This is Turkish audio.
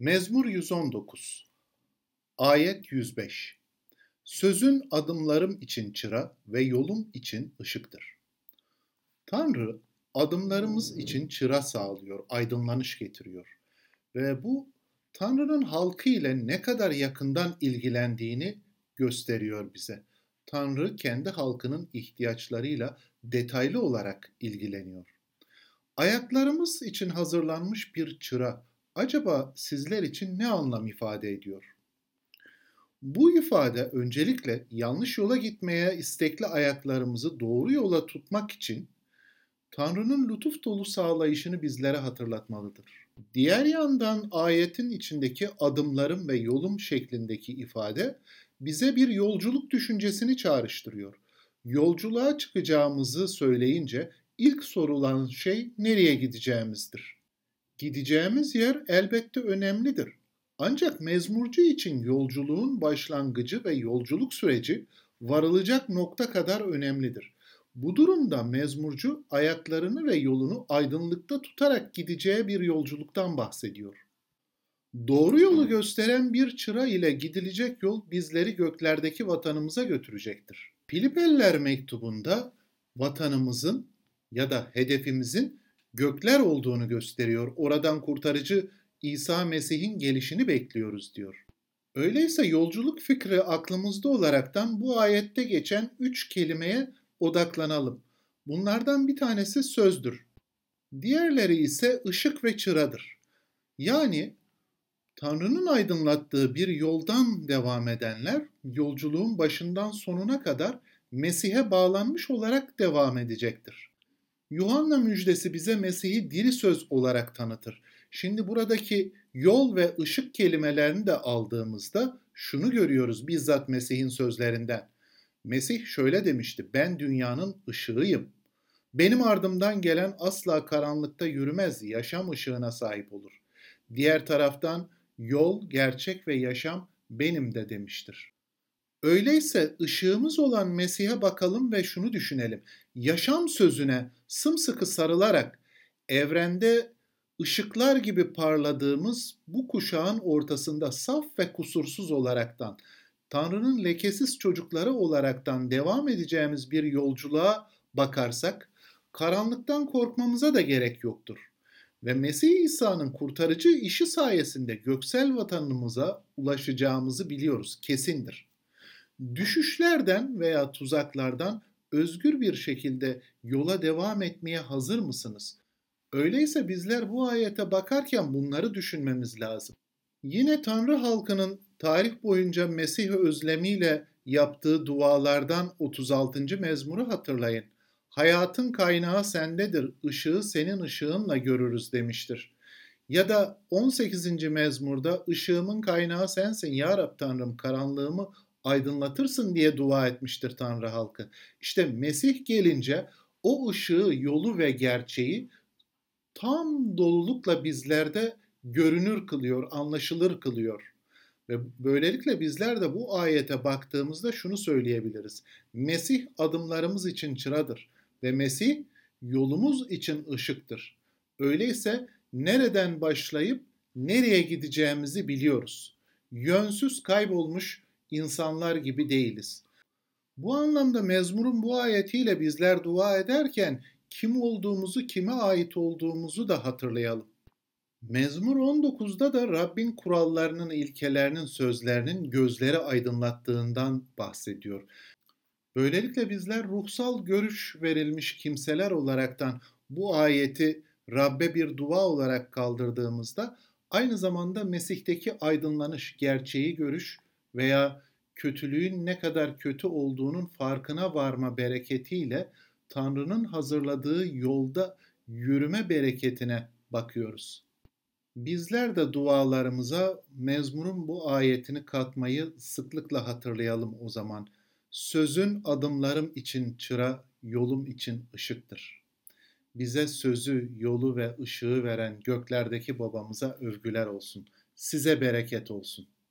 Mezmur 119. Ayet 105. Sözün adımlarım için çıra ve yolum için ışıktır. Tanrı adımlarımız için çıra sağlıyor, aydınlanış getiriyor. Ve bu Tanrı'nın halkı ile ne kadar yakından ilgilendiğini gösteriyor bize. Tanrı kendi halkının ihtiyaçlarıyla detaylı olarak ilgileniyor. Ayaklarımız için hazırlanmış bir çıra acaba sizler için ne anlam ifade ediyor? Bu ifade öncelikle yanlış yola gitmeye istekli ayaklarımızı doğru yola tutmak için Tanrı'nın lütuf dolu sağlayışını bizlere hatırlatmalıdır. Diğer yandan ayetin içindeki adımlarım ve yolum şeklindeki ifade bize bir yolculuk düşüncesini çağrıştırıyor. Yolculuğa çıkacağımızı söyleyince ilk sorulan şey nereye gideceğimizdir. Gideceğimiz yer elbette önemlidir. Ancak mezmurcu için yolculuğun başlangıcı ve yolculuk süreci varılacak nokta kadar önemlidir. Bu durumda mezmurcu ayaklarını ve yolunu aydınlıkta tutarak gideceği bir yolculuktan bahsediyor. Doğru yolu gösteren bir çıra ile gidilecek yol bizleri göklerdeki vatanımıza götürecektir. Filipeliler mektubunda vatanımızın ya da hedefimizin gökler olduğunu gösteriyor. Oradan kurtarıcı İsa Mesih'in gelişini bekliyoruz diyor. Öyleyse yolculuk fikri aklımızda olaraktan bu ayette geçen 3 kelimeye odaklanalım. Bunlardan bir tanesi sözdür. Diğerleri ise ışık ve çıradır. Yani Tanrı'nın aydınlattığı bir yoldan devam edenler yolculuğun başından sonuna kadar Mesih'e bağlanmış olarak devam edecektir. Yuhanna müjdesi bize Mesih'i diri söz olarak tanıtır. Şimdi buradaki yol ve ışık kelimelerini de aldığımızda şunu görüyoruz bizzat Mesih'in sözlerinden. Mesih şöyle demişti: "Ben dünyanın ışığıyım. Benim ardımdan gelen asla karanlıkta yürümez, yaşam ışığına sahip olur." Diğer taraftan yol, gerçek ve yaşam benim de demiştir. Öyleyse ışığımız olan Mesih'e bakalım ve şunu düşünelim. Yaşam sözüne sımsıkı sarılarak evrende ışıklar gibi parladığımız bu kuşağın ortasında saf ve kusursuz olaraktan, Tanrı'nın lekesiz çocukları olaraktan devam edeceğimiz bir yolculuğa bakarsak, karanlıktan korkmamıza da gerek yoktur. Ve Mesih İsa'nın kurtarıcı işi sayesinde göksel vatanımıza ulaşacağımızı biliyoruz, kesindir. Düşüşlerden veya tuzaklardan özgür bir şekilde yola devam etmeye hazır mısınız? Öyleyse bizler bu ayete bakarken bunları düşünmemiz lazım. Yine Tanrı halkının tarih boyunca Mesih özlemiyle yaptığı dualardan 36. mezmuru hatırlayın. Hayatın kaynağı sendedir, ışığı senin ışığınla görürüz demiştir. Ya da 18. mezmurda ışığımın kaynağı sensin ya Rab Tanrım, karanlığımı aydınlatırsın diye dua etmiştir Tanrı halkı. İşte Mesih gelince o ışığı, yolu ve gerçeği tam dolulukla bizlerde görünür kılıyor, anlaşılır kılıyor. Ve böylelikle bizler de bu ayete baktığımızda şunu söyleyebiliriz. Mesih adımlarımız için çıradır ve Mesih yolumuz için ışıktır. Öyleyse nereden başlayıp nereye gideceğimizi biliyoruz. Yönsüz kaybolmuş insanlar gibi değiliz. Bu anlamda mezmurun bu ayetiyle bizler dua ederken kim olduğumuzu, kime ait olduğumuzu da hatırlayalım. Mezmur 19'da da Rabbin kurallarının, ilkelerinin, sözlerinin gözleri aydınlattığından bahsediyor. Böylelikle bizler ruhsal görüş verilmiş kimseler olaraktan bu ayeti Rabbe bir dua olarak kaldırdığımızda aynı zamanda Mesih'teki aydınlanış, gerçeği görüş veya kötülüğün ne kadar kötü olduğunun farkına varma bereketiyle Tanrı'nın hazırladığı yolda yürüme bereketine bakıyoruz. Bizler de dualarımıza mezmurun bu ayetini katmayı sıklıkla hatırlayalım o zaman. Sözün adımlarım için çıra, yolum için ışıktır. Bize sözü, yolu ve ışığı veren göklerdeki babamıza övgüler olsun. Size bereket olsun.